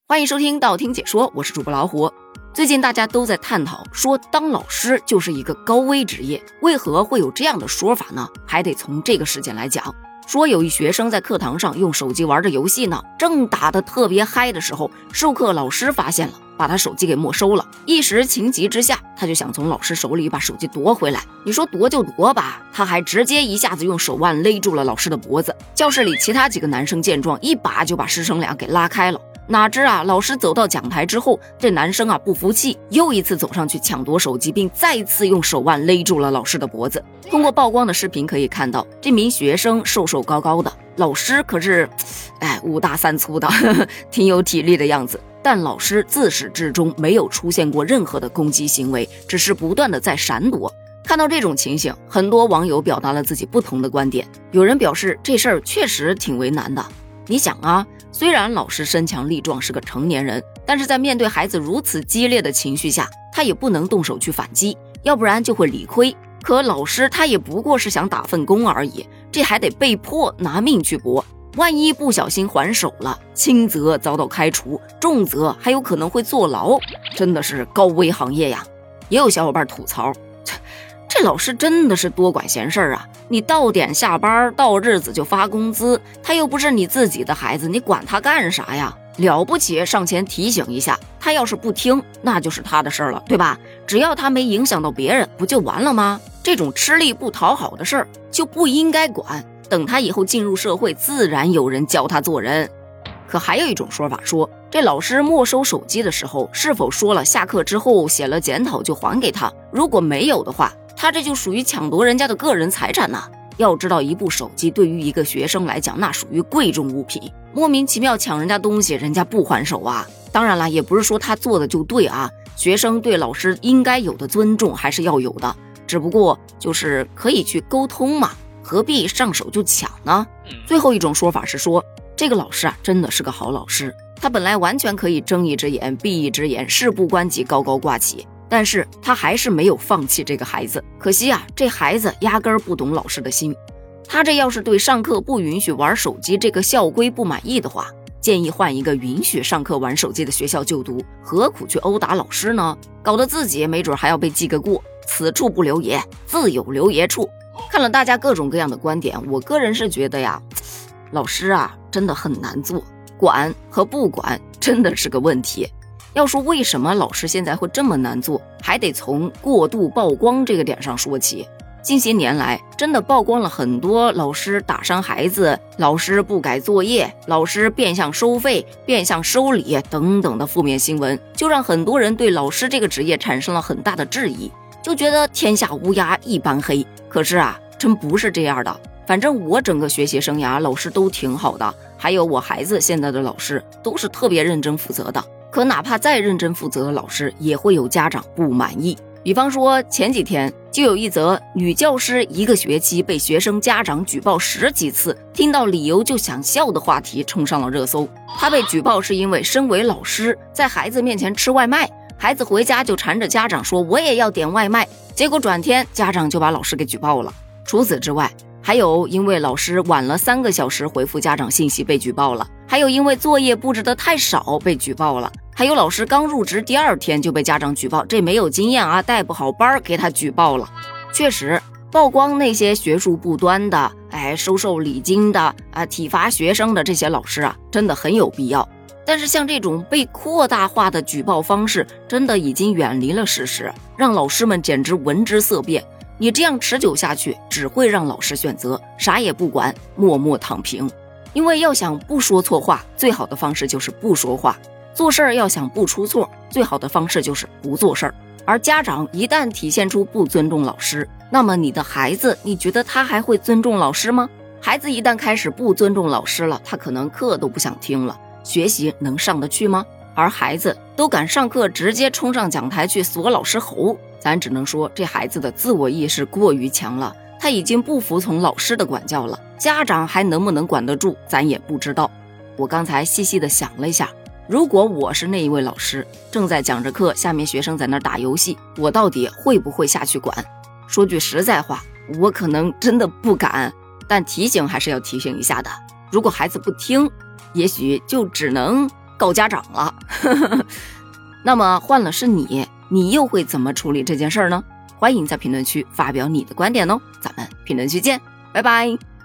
欢迎收听道听解说，我是主播老虎。最近大家都在探讨说当老师就是一个高危职业，为何会有这样的说法呢？还得从这个事件来讲。说有一学生在课堂上用手机玩着游戏呢，正打得特别嗨的时候，授课老师发现了，把他手机给没收了。一时情急之下，他就想从老师手里把手机夺回来。你说夺就夺吧，他还直接一下子用手腕勒住了老师的脖子。教室里其他几个男生见状，一把就把师生俩给拉开了。哪知老师走到讲台之后，这男生不服气，又一次走上去抢夺手机，并再次用手腕勒住了老师的脖子。通过曝光的视频可以看到，这名学生瘦瘦高高的，老师可是5大3粗的挺有体力的样子。但老师自始至终没有出现过任何的攻击行为，只是不断的在闪躲。看到这种情形，很多网友表达了自己不同的观点。有人表示这事儿确实挺为难的。你想虽然老师身强力壮是个成年人，但是在面对孩子如此激烈的情绪下，他也不能动手去反击，要不然就会理亏。可老师他也不过是想打份工而已，这还得被迫拿命去搏。万一不小心还手了，轻则遭到开除，重则还有可能会坐牢，真的是高危行业呀。也有小伙伴吐槽，这老师真的是多管闲事啊！你到点下班，到日子就发工资，他又不是你自己的孩子，你管他干啥呀？了不起上前提醒一下，他要是不听，那就是他的事了，对吧？只要他没影响到别人，不就完了吗？这种吃力不讨好的事儿就不应该管，等他以后进入社会，自然有人教他做人。可还有一种说法说，这老师没收手机的时候，是否说了下课之后写了检讨就还给他？如果没有的话，他这就属于抢夺人家的个人财产呐。要知道，一部手机对于一个学生来讲，那属于贵重物品，莫名其妙抢人家东西，人家不还手啊。当然了，也不是说他做的就对学生对老师应该有的尊重还是要有的，只不过就是可以去沟通嘛，何必上手就抢呢？最后一种说法是说，这个老师真的是个好老师，他本来完全可以睁一只眼闭一只眼，事不关己高高挂起，但是他还是没有放弃这个孩子。可惜这孩子压根儿不懂老师的心。他这要是对上课不允许玩手机这个校规不满意的话，建议换一个允许上课玩手机的学校就读，何苦去殴打老师呢？搞得自己没准还要被记个过。此处不留爷，自有留爷处。看了大家各种各样的观点，我个人是觉得老师真的很难做，管和不管真的是个问题。要说为什么老师现在会这么难做，还得从过度曝光这个点上说起。近些年来真的曝光了很多老师打伤孩子，老师不改作业，老师变相收费，变相收礼等等的负面新闻，就让很多人对老师这个职业产生了很大的质疑，就觉得天下乌鸦一般黑。可是真不是这样的。反正我整个学习生涯老师都挺好的，还有我孩子现在的老师都是特别认真负责的。可哪怕再认真负责的老师，也会有家长不满意。比方说前几天就有一则女教师一个学期被学生家长举报10几次，听到理由就想笑的话题冲上了热搜。她被举报是因为身为老师，在孩子面前吃外卖，孩子回家就缠着家长说我也要点外卖，结果转天家长就把老师给举报了。除此之外，还有因为老师晚了3个小时回复家长信息被举报了，还有因为作业布置得太少被举报了，还有老师刚入职第2天就被家长举报，这没有经验带不好班给他举报了。确实，曝光那些学术不端的收受礼金的体罚学生的这些老师真的很有必要。但是像这种被扩大化的举报方式，真的已经远离了事实，让老师们简直闻之色变。你这样持久下去，只会让老师选择啥也不管，默默躺平。因为要想不说错话，最好的方式就是不说话；做事儿要想不出错，最好的方式就是不做事儿。而家长一旦体现出不尊重老师，那么你的孩子，你觉得他还会尊重老师吗？孩子一旦开始不尊重老师了，他可能课都不想听了，学习能上得去吗？而孩子都敢上课直接冲上讲台去锁老师喉，咱只能说这孩子的自我意识过于强了，他已经不服从老师的管教了，家长还能不能管得住咱也不知道。我刚才细细的想了一下，如果我是那一位老师，正在讲着课，下面学生在那打游戏，我到底会不会下去管？说句实在话，我可能真的不敢，但提醒还是要提醒一下的。如果孩子不听，也许就只能告家长了。那么换了是你又会怎么处理这件事呢？欢迎在评论区发表你的观点哦，咱们评论区见，拜拜。